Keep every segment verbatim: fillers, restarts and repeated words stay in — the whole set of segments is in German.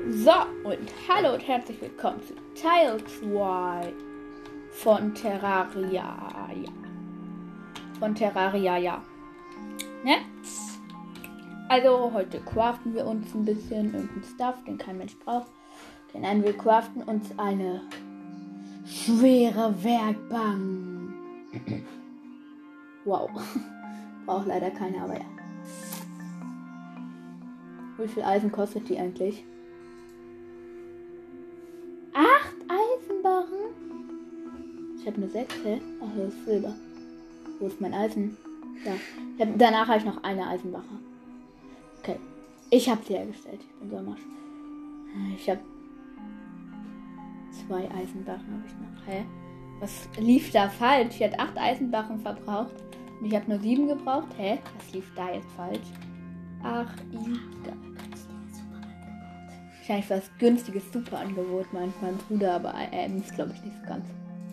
So, und hallo und herzlich willkommen zu Teil zwei von Terraria. Ja. Von Terraria, ja. Ne? Also, heute craften wir uns ein bisschen irgendeinen Stuff, den kein Mensch braucht. Denn nein, wir craften uns eine schwere Werkbank. Wow. Braucht leider keiner, aber ja. Wie viel Eisen kostet die eigentlich? Acht Eisenbarren? Ich habe nur sechs, hä? Ach, das ist Silber. Wo ist mein Eisen? Ja. Ich hab, danach habe ich noch eine Eisenbarre. Okay. Ich habe sie hergestellt. Ich bin so am Arsch. Ich habe zwei Eisenbarren habe ich noch. Hä? Was lief da falsch? Ich hatte acht Eisenbarren verbraucht. Und ich habe nur sieben gebraucht. Hä? Was lief da jetzt falsch? Ach, egal. Wahrscheinlich was günstiges Superangebot, meint mein Bruder, aber er äh, ist glaube ich nicht so ganz.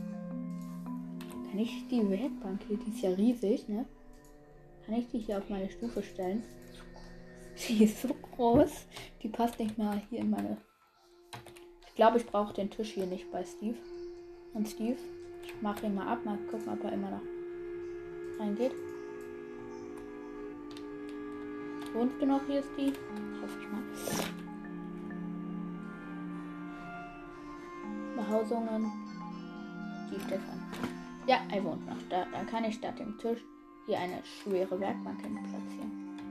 Kann ich die Werkbank hier, die ist ja riesig, ne? Kann ich die hier auf meine Stufe stellen? Die ist so groß, die passt nicht mal hier in meine... Ich glaube, ich brauche den Tisch hier nicht bei Steve. Und Steve, ich mache ihn mal ab, mal gucken, ob er immer noch reingeht. Wohnst du noch hier, Steve? Hoffe ich mal. Behausungen. Die Stefan. Ja, er wohnt noch da. Dann kann ich statt dem Tisch hier eine schwere Werkbank hin platzieren.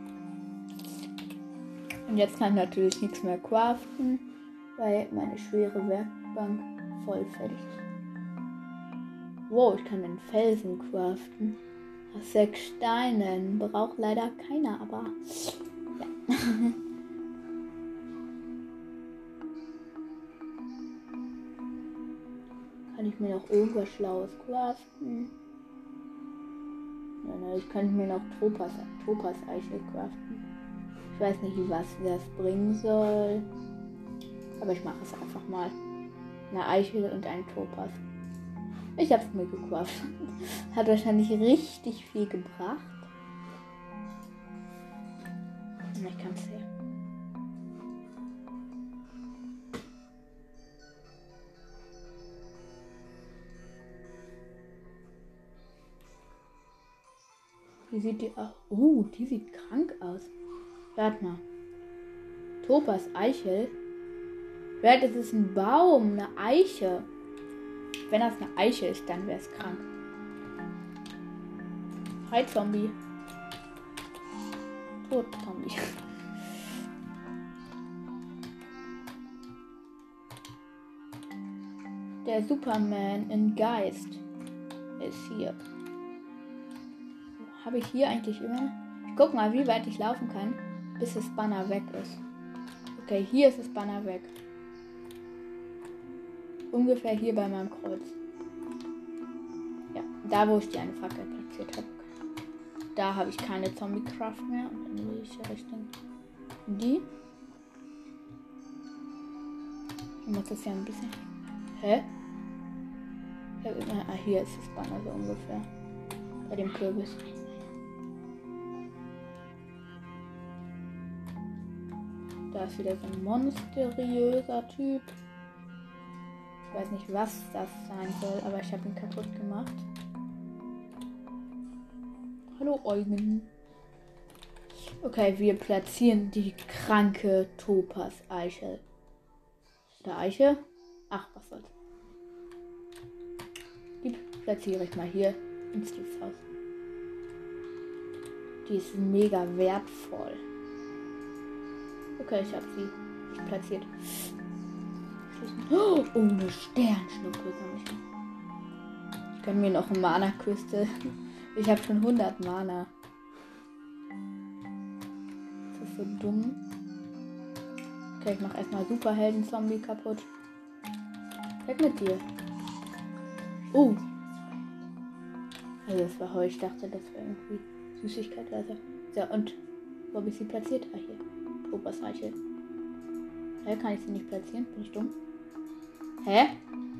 Und jetzt kann ich natürlich nichts mehr craften, weil meine schwere Werkbank voll fertig ist. Wow, ich kann den Felsen craften. Aus sechs Steinen. Braucht leider keiner, aber ja. Kann ich mir noch irgendwas Schlaues craften? Nein, nein, ich könnte mir noch Topas, Topas Eichel craften. Ich weiß nicht, was das bringen soll. Aber ich mache es einfach mal. Eine Eichel und ein Topas. Ich habe es mir gecraftet. Hat wahrscheinlich richtig viel gebracht. Ich kann es sehen. Wie sieht die aus? Oh, die sieht krank aus. Warte mal. Topas Eichel. Vielleicht ist es ein Baum, eine Eiche. Wenn das eine Eiche ist, dann wäre es krank. Hi Zombie. Tot Zombie. Der Superman in Geist ist hier. Habe ich hier eigentlich immer? Ich guck mal, wie weit ich laufen kann, bis das Banner weg ist. Okay, hier ist das Banner weg. Ungefähr hier bei meinem Kreuz. Ja, da wo ich die eine Fackel platziert habe. Da habe ich keine Zombie-Craft mehr. Und in welche Richtung? In die? Ich muss das ja ein bisschen... Hä? Ah, hier ist das Banner so ungefähr. Bei dem Kürbis. Da ist wieder so ein monsteröser Typ. Ich weiß nicht, was das sein soll, aber ich habe ihn kaputt gemacht. Hallo Eugen. Okay, wir platzieren die kranke Topas Eichel. Der Eiche? Ach, was soll's. Die platziere ich mal hier in Steves Haus. Die ist mega wertvoll. Okay, ich habe sie platziert. Oh, eine Sternschnuppe. Ich kann mir noch ein Mana-Crystal. Ich habe schon hundert Mana. Das ist so dumm. Okay, ich mache erstmal Superhelden-Zombie kaputt. Weg mit dir. Oh. Also das war Heu. Ich dachte, das wäre irgendwie Süßigkeit. Also. So, und wo habe ich sie platziert? Ah, hier. Topas Eichel. Hä, kann ich sie nicht platzieren? Bin ich dumm? Hä?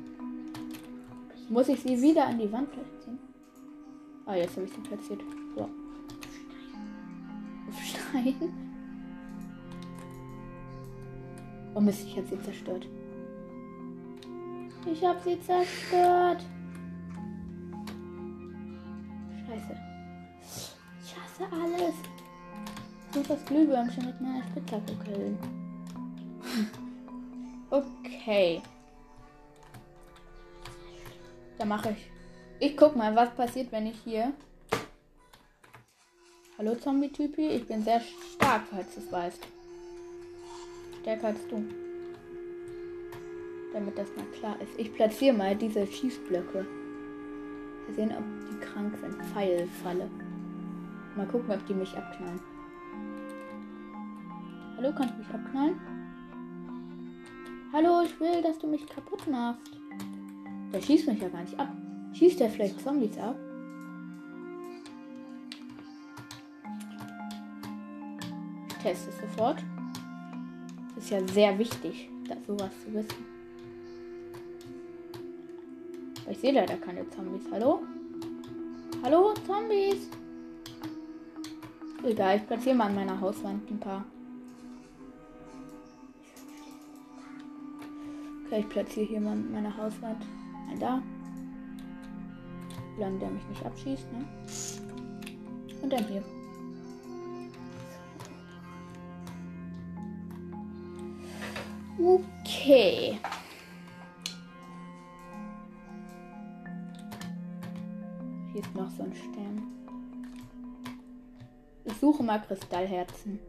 Muss ich sie wieder an die Wand platzieren? Ah, jetzt habe ich sie platziert. So. Auf Stein. Oh Mist, ich habe sie zerstört. Ich habe sie zerstört. Scheiße. Ich hasse alles. Ich muss das Glühwürmchen mit meiner Spitzhacke killen. Okay. Da mache ich. Ich guck mal, was passiert, wenn ich hier. Hallo Zombie-Typi, ich bin sehr stark, falls du es weißt. Stärker als du. Damit das mal klar ist. Ich platziere mal diese Schießblöcke. Wir sehen, ob die krank sind. Pfeilfalle. Mal gucken, ob die mich abknallen. Hallo, kannst du mich abknallen? Hallo, ich will, dass du mich kaputt machst. Der schießt mich ja gar nicht ab. Schießt der vielleicht Zombies ab? Ich teste es sofort. Das ist ja sehr wichtig, das sowas zu wissen. Aber ich sehe leider keine Zombies. Hallo? Hallo, Zombies? Egal, ich platziere mal an meiner Hauswand ein paar. Okay, ich platziere hier mal an meiner Hauswand einen da. Solange der mich nicht abschießt, ne? Und dann hier. Okay. Hier ist noch so ein Stern. Ich suche mal Kristallherzen.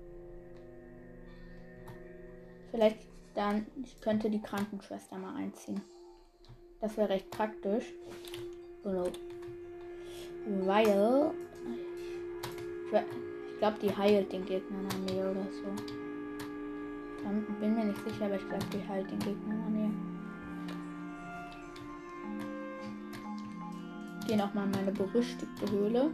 Vielleicht dann, ich könnte die Krankenschwester mal einziehen. Das wäre recht praktisch. Weil ich glaube, die heilt den Gegner in der Nähe oder so. Ich bin mir nicht sicher, aber ich glaube, die heilt den Gegner in der Nähe. Ich gehe nochmal in meine berüchtigte Höhle.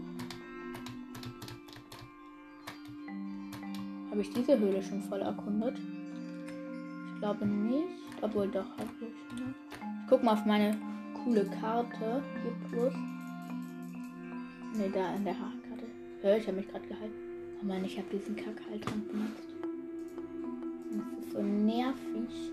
Habe ich diese Höhle schon voll erkundet? Ich glaube nicht. Obwohl doch, habe ich. Ich guck mal auf meine coole Karte. Hier plus. Ne, da in der Haarkarte. Ja, ich habe mich gerade gehalten. Oh Mann, ich habe diesen Kackhaltrand benutzt. Das ist so nervig.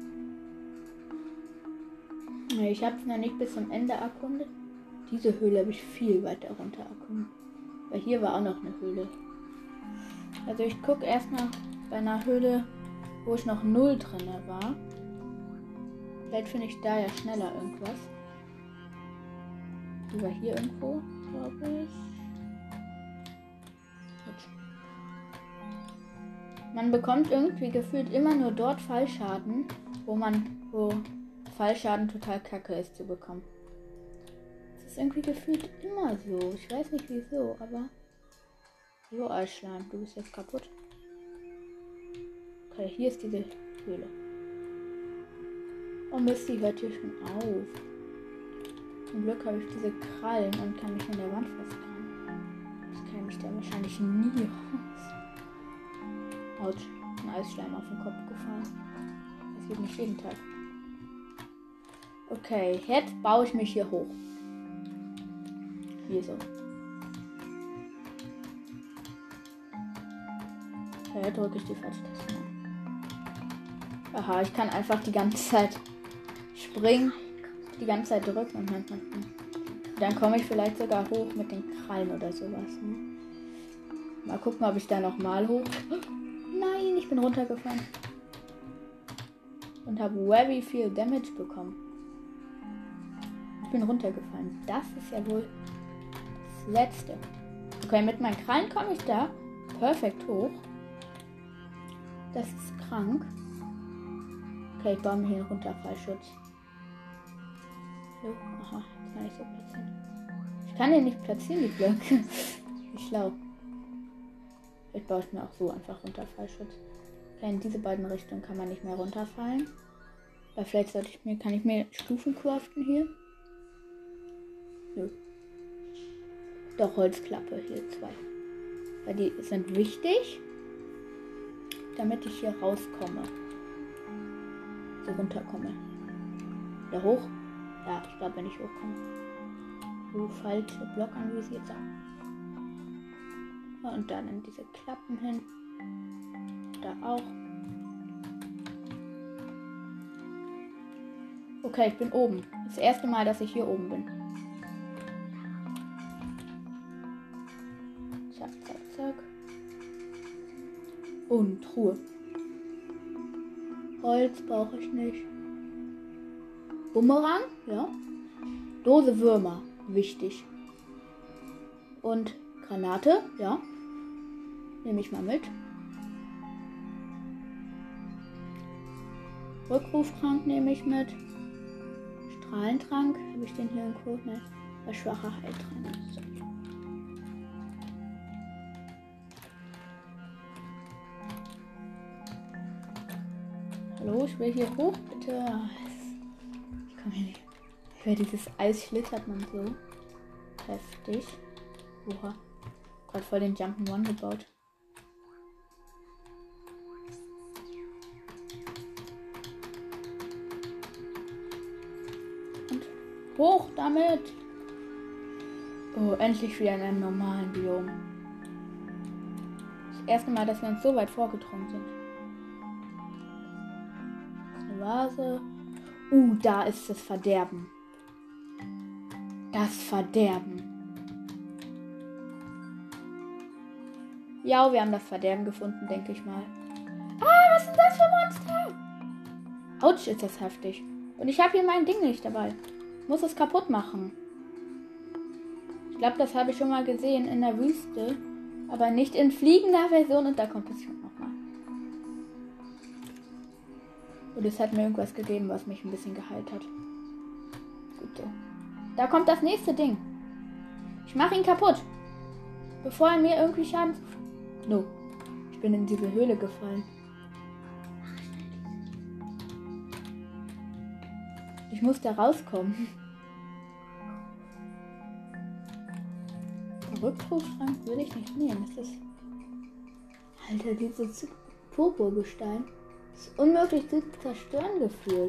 Ich habe es noch nicht bis zum Ende erkundet. Diese Höhle habe ich viel weiter runter erkundet. Weil hier war auch noch eine Höhle. Also ich gucke erstmal bei einer Höhle, wo ich noch null drin war. Vielleicht finde ich da ja schneller irgendwas. Die war hier irgendwo, glaube ich. Gut. Man bekommt irgendwie gefühlt immer nur dort Fallschaden, wo man, wo Fallschaden total kacke ist zu bekommen. Das ist irgendwie gefühlt immer so. Ich weiß nicht wieso, aber... So, Eisschleim, du bist jetzt kaputt. Okay, hier ist diese Höhle. Oh Mist, die hört hier schon auf. Zum Glück habe ich diese Krallen und kann mich in der Wand festhalten. Das kann ich da wahrscheinlich nie raus. Autsch, ein Eisschleim auf den Kopf gefallen. Das geht nicht jeden Tag. Okay, jetzt baue ich mich hier hoch. Hier so. Okay, drücke ich die falsche Taste. Aha, ich kann einfach die ganze Zeit springen, die ganze Zeit drücken und dann, dann komme ich vielleicht sogar hoch mit den Krallen oder sowas. Ne? Mal gucken, ob ich da nochmal hoch... Nein, ich bin runtergefallen. Und habe very viel Damage bekommen. Ich bin runtergefallen. Das ist ja wohl das Letzte. Okay, mit meinen Krallen komme ich da perfekt hoch. Das ist krank. Okay, ich baue mir hier einen Runterfallschutz. So, aha, jetzt kann ich so platzieren. Ich kann den nicht platzieren, die Blöcke. Wie schlau. Vielleicht baue ich mir auch so einfach Runterfallschutz. Okay, in diese beiden Richtungen kann man nicht mehr runterfallen. Weil vielleicht sollte ich mir, kann ich mir Stufen craften hier? Nö. Doch, Holzklappe, hier zwei. Weil die sind wichtig, damit ich hier rauskomme. So runterkomme. Wieder hoch? Ja, ich glaube, wenn ich hochkomme. So, falsche Block anvisiert. So. Und dann in diese Klappen hin. Da auch. Okay, ich bin oben. Das erste Mal, dass ich hier oben bin. Zack, zack, zack. Und Truhe. Holz brauche ich nicht. Bumerang, ja. Dose Würmer, wichtig. Und Granate, ja. Nehme ich mal mit. Rückruftrank nehme ich mit. Strahlentrank, habe ich den hier irgendwo? Ne, der schwache Heiltrank. So. Hallo, ich will hier hoch, bitte. Ich komme hier nicht. Ich will dieses Eis schlittert man so. Heftig. Oha. Gerade voll den Jump'n'Run gebaut. Und hoch damit. Oh, endlich wieder in einem normalen Biom. Das erste Mal, dass wir uns so weit vorgedrungen sind. Eine Vase. Uh, da ist das Verderben. Das Verderben. Ja, wir haben das Verderben gefunden, denke ich mal. Ah, was sind das für Monster? Autsch, ist das heftig. Und ich habe hier mein Ding nicht dabei. Ich muss es kaputt machen. Ich glaube, das habe ich schon mal gesehen in der Wüste. Aber nicht in fliegender Version. Und da kommt es schon nochmal. Und es hat mir irgendwas gegeben, was mich ein bisschen geheilt hat. Gut so. Da kommt das nächste Ding. Ich mache ihn kaputt. Bevor er mir irgendwie Schaden... No. Ich bin in diese Höhle gefallen. Ich muss da rauskommen. Den Rückrufschrank will ich nicht nehmen. Das ist... Alter, dieses Purpurgestein ist unmöglich zu zerstören gefühlt.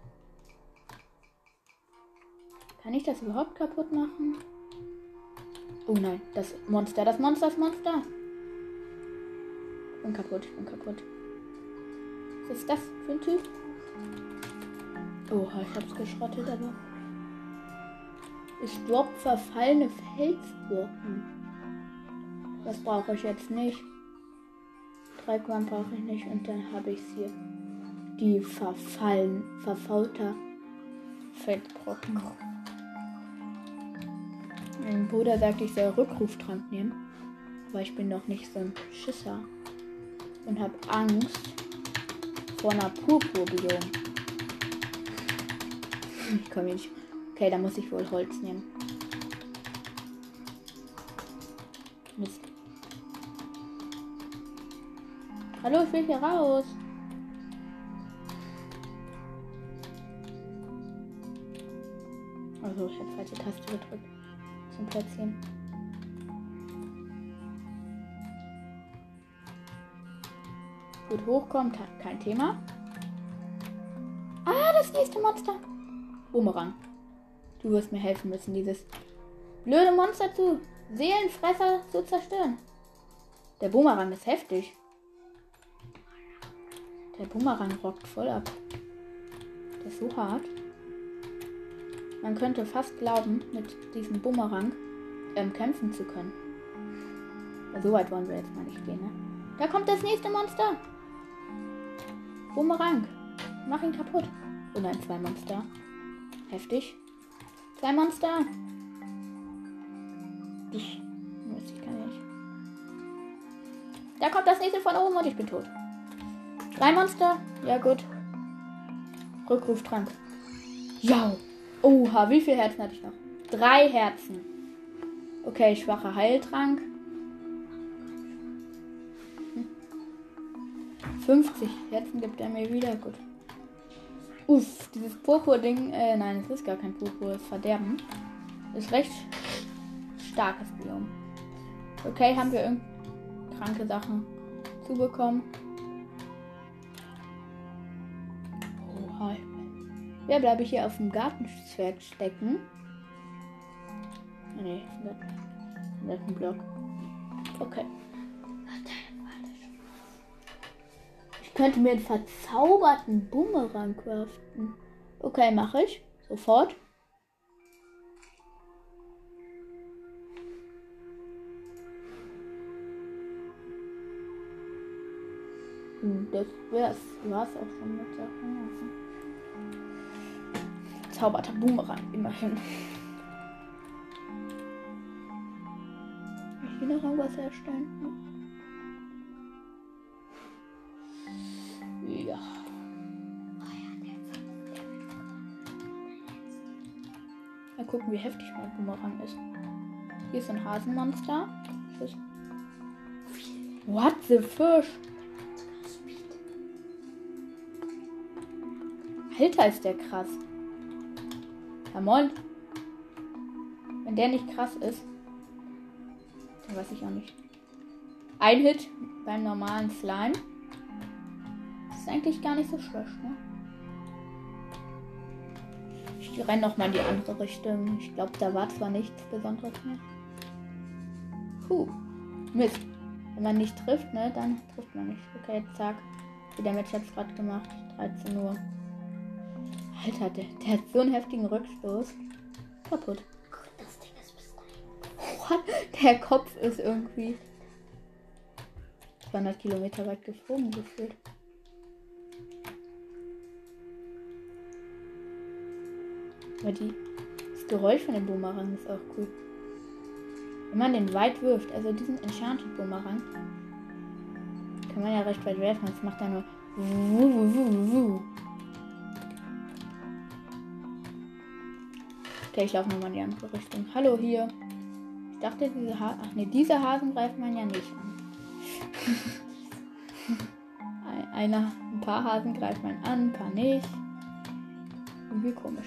Kann ich das überhaupt kaputt machen? Oh nein, das Monster, das Monster, das Monster. Ich bin kaputt, ich bin kaputt. Was ist das für ein Typ? Oha, ich hab's geschrottet, aber... Ich droppe verfallene Felsbrocken. Das brauche ich jetzt nicht. Drei Gramm brauche ich nicht und dann habe ich hier. Die verfallen, verfaulter Felsbrocken. Mein Bruder sagt, ich soll Rückruftrank nehmen. Aber ich bin doch nicht so ein Schisser. Und habe Angst vor einer Purpurbiom. Ich komme hier nicht. Okay, da muss ich wohl Holz nehmen. Mist. Hallo, ich will hier raus. Also, ich habe falsche Taste gedrückt. Zum Platzieren. Gut, hochkommt, hat kein Thema. Ah, das nächste Monster. Bumerang. Du wirst mir helfen müssen, dieses blöde Monster zu Seelenfresser zu zerstören. Der Bumerang ist heftig. Der Bumerang rockt voll ab. Der ist so hart. Man könnte fast glauben, mit diesem Bumerang ähm, kämpfen zu können. Aber so weit wollen wir jetzt mal nicht gehen, ne? Da kommt das nächste Monster. Bumerang. Mach ihn kaputt. Oh nein, zwei Monster. Heftig. Zwei Monster. Ich. Ich kann nicht. Da kommt das nächste von oben und ich bin tot. Drei Monster. Ja, gut. Rückruftrank. Ja. Oha, wie viele Herzen hatte ich noch? Drei Herzen. Okay, schwacher Heiltrank. Hm. fünfzig Herzen gibt er mir wieder. Gut. Uff, dieses Purpur-Ding. Äh, nein, es ist gar kein Purpur. Es ist Verderben. Ist recht starkes Biom. Okay, haben wir irgend kranke Sachen zu bekommen. Oha. Ja, bleibe ich hier auf dem Gartenzwerg stecken. Nee, das ist ein Block. Okay. Ich könnte mir einen verzauberten Bumerang craften. Okay, mache ich. Sofort. Hm, das wär's. War's auch schon mit der Zauberter Boomerang, immerhin. Kann ich hier noch irgendwas erstellen? Ja. Mal gucken, wie heftig mein Boomerang ist. Hier ist ein Hasenmonster. Tschüss. What the fish? Alter, ist der krass. Come on. Wenn der nicht krass ist, dann weiß ich auch nicht. Ein Hit beim normalen Slime. Das ist eigentlich gar nicht so schlecht, ne? Ich renne noch mal in die andere Richtung. Ich glaube, da war zwar nichts Besonderes mehr. Puh. Mist. Wenn man nicht trifft, ne, dann trifft man nicht. Okay, zack. Wie der Match hat's gerade gemacht. dreizehn Uhr. Alter, der, der hat so einen heftigen Rückstoß. Kaputt. Das Ding ist bis What? Der Kopf ist irgendwie zweihundert Kilometer weit geflogen gefühlt. Aber die, das Geräusch von dem Boomerang ist auch cool. Wenn man den weit wirft, also diesen Enchanted Boomerang, kann man ja recht weit werfen. Das macht dann nur wuh, wuh, wuh, wuh. Okay, ich laufe nochmal in die andere Richtung. Hallo hier. Ich dachte, diese Hasen. Ach ne, diese Hasen greift man ja nicht an. Einer, ein paar Hasen greift man an, ein paar nicht. Irgendwie komisch.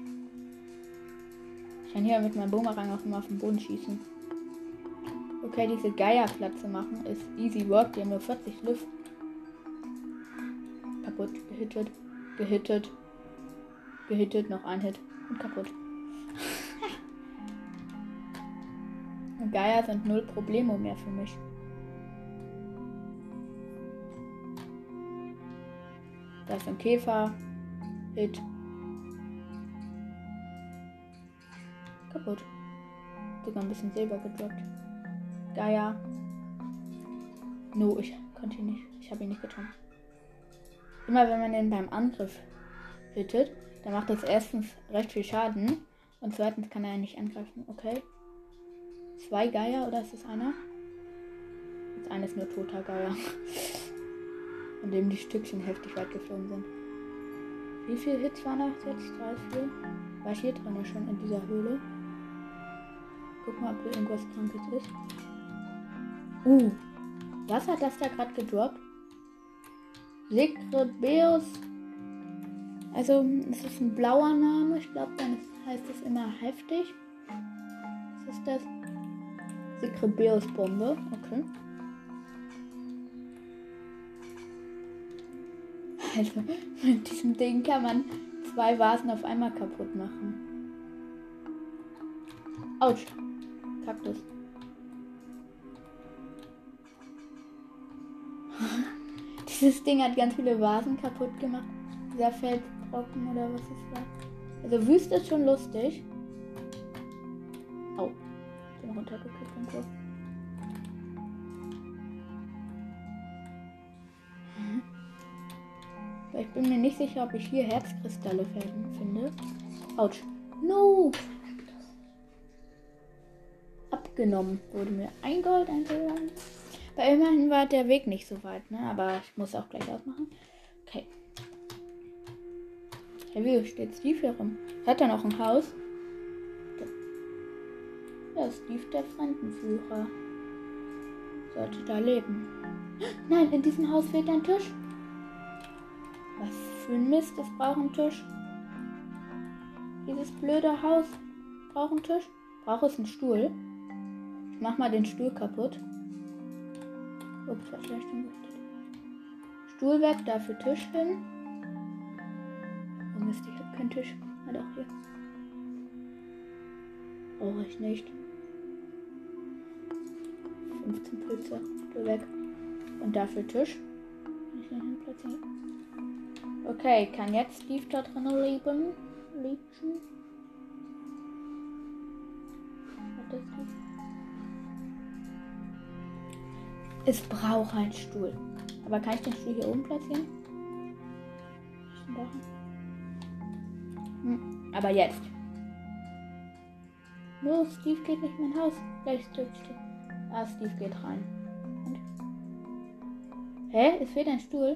Ich kann hier mit meinem Boomerang auch immer auf den Boden schießen. Okay, diese Geier platt zu machen ist easy work. Die haben nur vierzig Luft. Kaputt, gehittet, gehittet, gehittet, noch ein Hit und kaputt. Und Geier sind null Probleme mehr für mich. Da ist ein Käfer. Hit. Kaputt. Sogar ein bisschen Silber gedroppt. Geier. No, ich konnte ihn nicht. Ich habe ihn nicht getroffen. Immer wenn man den beim Angriff hittet, dann macht das erstens recht viel Schaden. Und zweitens kann er nicht angreifen. Okay. Zwei Geier oder ist das einer? Das eine ist nur toter Geier. Von dem die Stückchen heftig weit geflogen sind. Wie viele Hits waren das jetzt? Drei, vier? War ich hier drin schon in dieser Höhle? Guck mal, ob hier irgendwas Krankes ist. Uh. Was hat das da gerade gedroppt? Secrebeus. Also, es ist ein blauer Name. Ich glaube, dann heißt es immer heftig. Was ist das? Secrebeus Bombe. Okay. Also, mit diesem Ding kann man zwei Vasen auf einmal kaputt machen. Autsch. Kaktus. Dieses Ding hat ganz viele Vasen kaputt gemacht. Dieser Felsbrocken oder was es war. Also Wüste ist schon lustig. Au. Bin runtergekippt irgendwo. Ich bin mir nicht sicher, ob ich hier Herzkristalle finde. Autsch. No! Abgenommen wurde mir ein Gold eingegangen. Weil immerhin war der Weg nicht so weit, ne? Aber ich muss auch gleich ausmachen. Okay. Hey, wie steht Steve hier rum? Hat er noch ein Haus? Ja, Steve, der Fremdenführer. Sollte da leben. Nein, in diesem Haus fehlt ein Tisch. Was für ein Mist, das braucht einen Tisch. Dieses blöde Haus braucht einen Tisch. Braucht es einen Stuhl. Ich mach mal den Stuhl kaputt. Ups, was schlecht umgerichtet. Stuhl weg, dafür Tisch hin. Oh Mist, ich hab keinen Tisch. Ah doch, hier. Brauche ich nicht. fünfzehn Pilze. Stuhl weg. Und dafür Tisch. Kann ich den hin platzieren? Okay, kann jetzt Steve da drin leben? Leben? Was ist das? Es braucht einen Stuhl. Aber kann ich den Stuhl hier oben platzieren? Hm, aber jetzt. No, Steve geht nicht in mein Haus. Gleich drückt Steve. Ah, Steve geht rein. Und? Hä? Es fehlt ein Stuhl.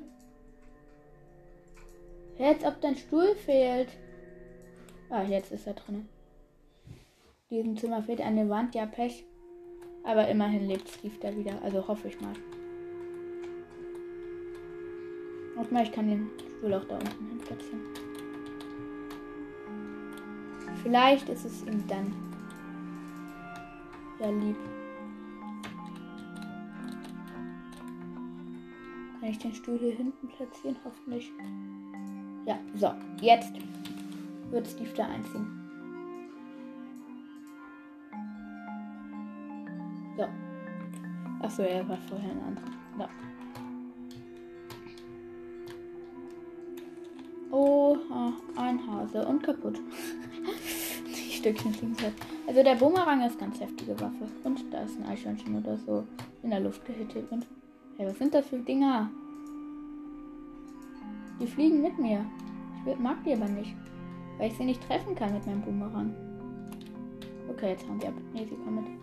Hä, als ob dein Stuhl fehlt. Ah, jetzt ist er drin. In diesem Zimmer fehlt eine Wand. Ja, Pech. Aber immerhin lebt Steve da wieder. Also hoffe ich mal. Und mal, ich kann den Stuhl auch da unten hin platzieren. Vielleicht ist es ihm dann ja lieb. Kann ich den Stuhl hier hinten platzieren? Hoffentlich. Ja, so. Jetzt wird Steve da einziehen. So. Achso, er war vorher ein anderer. So. Oha, ein Hase und kaputt. Die Stückchen sind halt. Also der Bumerang ist ganz heftige Waffe. Und da ist ein Eichhörnchen oder so in der Luft gehittet. Und hey, was sind das für Dinger? Die fliegen mit mir. Ich mag die aber nicht. Weil ich sie nicht treffen kann mit meinem Bumerang. Okay, jetzt haben sie ab. Nee, sie kommen mit.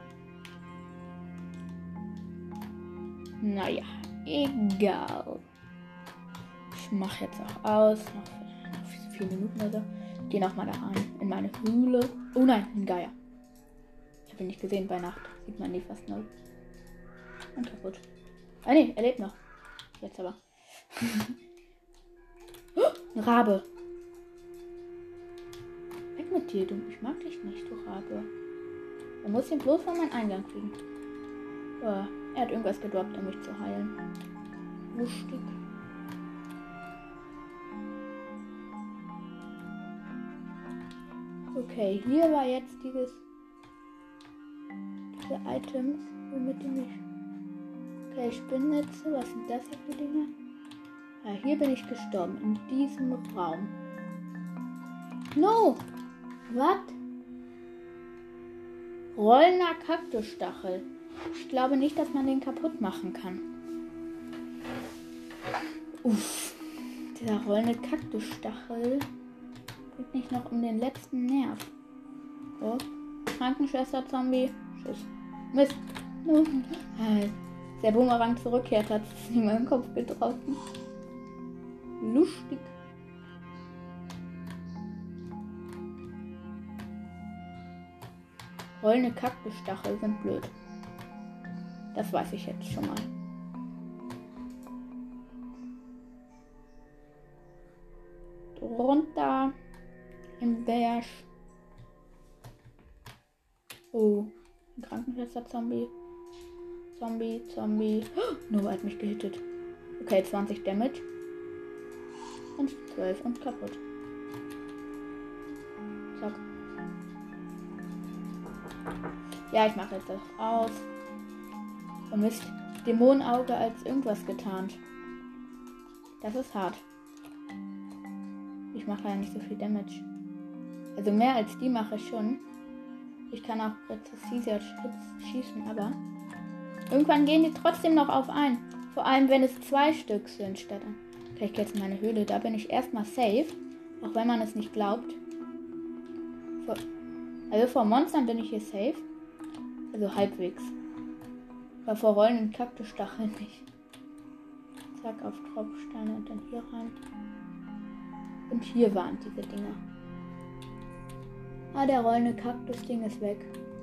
Naja, egal. Ich mache jetzt auch aus. Noch, noch vier Minuten oder so. Ich gehe nochmal da rein. In meine Höhle. Oh nein, ein Geier. Ich habe ihn nicht gesehen bei Nacht. Sieht man nie fast null. Und kaputt. Ah ne, er lebt noch. Jetzt aber. Ein Rabe. Weg mit dir, du. Ich mag dich nicht, du Rabe. Er muss ihn bloß vor meinen Eingang kriegen. Oh, er hat irgendwas gedroppt, um mich zu heilen. Lustig. Okay, hier war jetzt dieses diese Items, womit du mich. Okay, Spinnnetze, was sind das hier für Dinge? Ja, hier bin ich gestorben, in diesem Raum. No! Was? Rollender Kaktusstachel. Ich glaube nicht, dass man den kaputt machen kann. Uff. Dieser rollende Kaktusstachel bringt mich noch um den letzten Nerv. So. Krankenschwester-Zombie. Tschüss. Mist. Als der Bumerang zurückkehrt, hat es in meinen Kopf getroffen. Lustig. Rollende Kaktusstachel sind blöd. Das weiß ich jetzt schon mal. Runter im Berg. Oh, ein Krankenschwester-Zombie. Zombie, Zombie. Oh, Nova hat mich gehittet. Okay, zwanzig Damage. Und zwölf und kaputt. Zack. Ja, ich mache jetzt das aus. Oh Mist. Dämonenauge als irgendwas getarnt. Das ist hart. Ich mache ja nicht so viel Damage. Also mehr als die mache ich schon. Ich kann auch präzise schießen, aber irgendwann gehen die trotzdem noch auf ein. Vor allem, wenn es zwei Stück sind statt ein. Okay, ich gehe jetzt in meine Höhle. Da bin ich erstmal safe. Auch wenn man es nicht glaubt. Vor, also vor Monstern bin ich hier safe. Also halbwegs. Aber vor rollenden Kaktusstacheln nicht. Zack, auf Tropfsteine und dann hier rein. Und hier waren diese Dinger. Ah, der rollende Kaktus-Ding ist weg.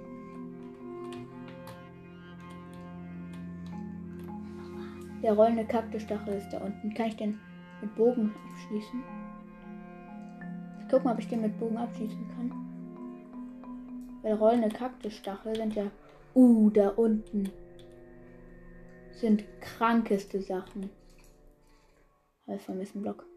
Der rollende Kaktusstachel ist da unten. Kann ich den mit Bogen abschließen? Ich guck mal, ob ich den mit Bogen abschließen kann. Weil rollende Kaktusstachel sind ja... Uh, da unten sind krankeste Sachen. Aber ich vermisse einen Block.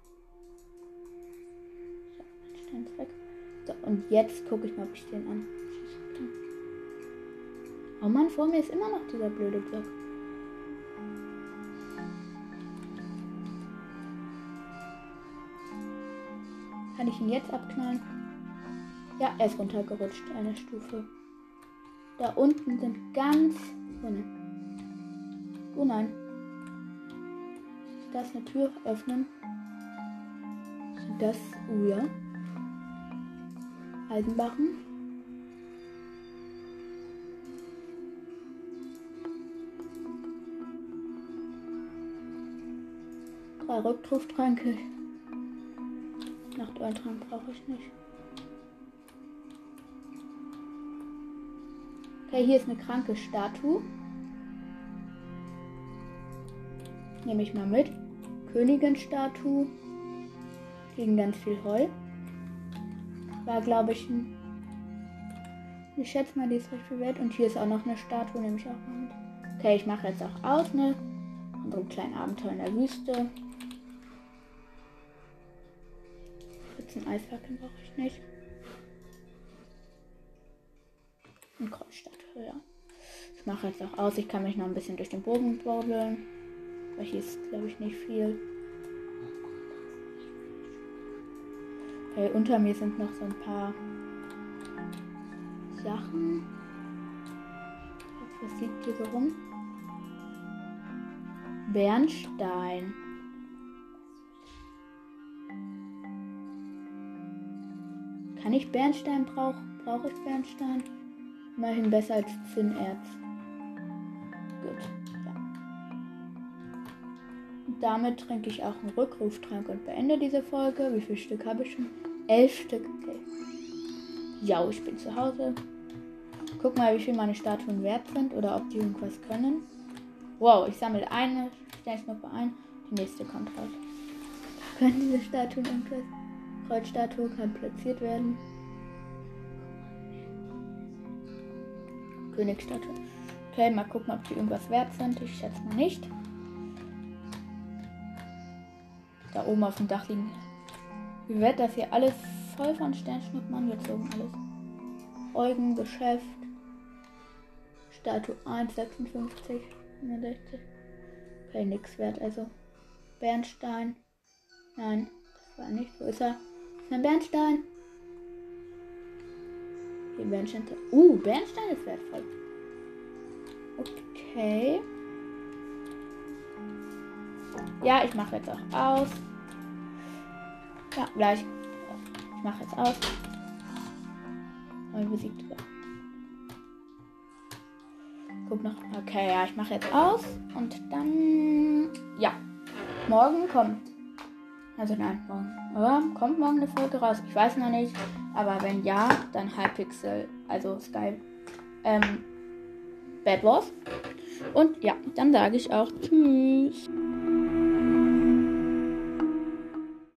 So, mein Stein ist weg. So, und jetzt gucke ich mal, ob ich den anschießen kann. Oh Mann, vor mir ist immer noch dieser blöde Block. Kann ich ihn jetzt abknallen? Ja, er ist runtergerutscht, eine Stufe. Da unten sind ganz... Oh nein. Oh nein. Da ist eine Tür öffnen. Sind das... Oh ja. Eisenbarren. Drei Rückruftränke. Nachteuntrank brauche ich nicht. Okay, hier ist eine kranke Statue. Nehme ich mal mit. Königin-Statue. Gegen ganz viel Heu. War, glaube ich, ein... Ich schätze mal, die ist recht viel wert. Und hier ist auch noch eine Statue, nehme ich auch mal mit. Okay, ich mache jetzt auch aus, ne? Unserem kleinen Abenteuer in der Wüste. Ein Eisfackeln brauche ich nicht. Ein Kreuzstatue, ja. Ich mache jetzt auch aus. Ich kann mich noch ein bisschen durch den Bogen buddeln. Aber hier ist, glaube ich, nicht viel. Okay, unter mir sind noch so ein paar Sachen. Was liegt hier so rum? Bernstein. Kann ich Bernstein brauchen? Brauche ich Bernstein? Immerhin besser als Zinnerz. Gut, ja. Und damit trinke ich auch einen Rückruftrank und beende diese Folge. Wie viele Stück habe ich schon? Elf Stück. Okay. Ja, ich bin zu Hause. Guck mal, wie viel meine Statuen wert sind oder ob die irgendwas können. Wow, ich sammle eine, stelle es noch ein. Die nächste kommt raus. Können diese Statuen irgendwas? Kreuzstatue kann platziert werden. Königsstatue. Okay, mal gucken, ob die irgendwas wert sind. Ich schätze mal nicht. Da oben auf dem Dach liegen. Wie wird das hier alles voll von Sternschnuppen angezogen? Alles. Eugen, Geschäft. Statue eins, sechsundfünfzig, fünfundsechzig. Okay, nix wert. Also Bernstein. Nein, das war nicht. Wo ist er? Ein Bernstein. Hier Bernstein. Uh, Bernstein ist wertvoll. Okay. Ja, ich mache jetzt auch aus. Ja, gleich. Ich mache jetzt aus. Neu besiegt. Guck noch. Okay, ja, ich mache jetzt aus. Und dann. Ja. Morgen kommt. Also nein, morgen. Aber kommt morgen eine Folge raus? Ich weiß noch nicht. Aber wenn ja, dann Hypixel. Also Sky. Ähm. Bad Wars. Und ja, dann sage ich auch Tschüss.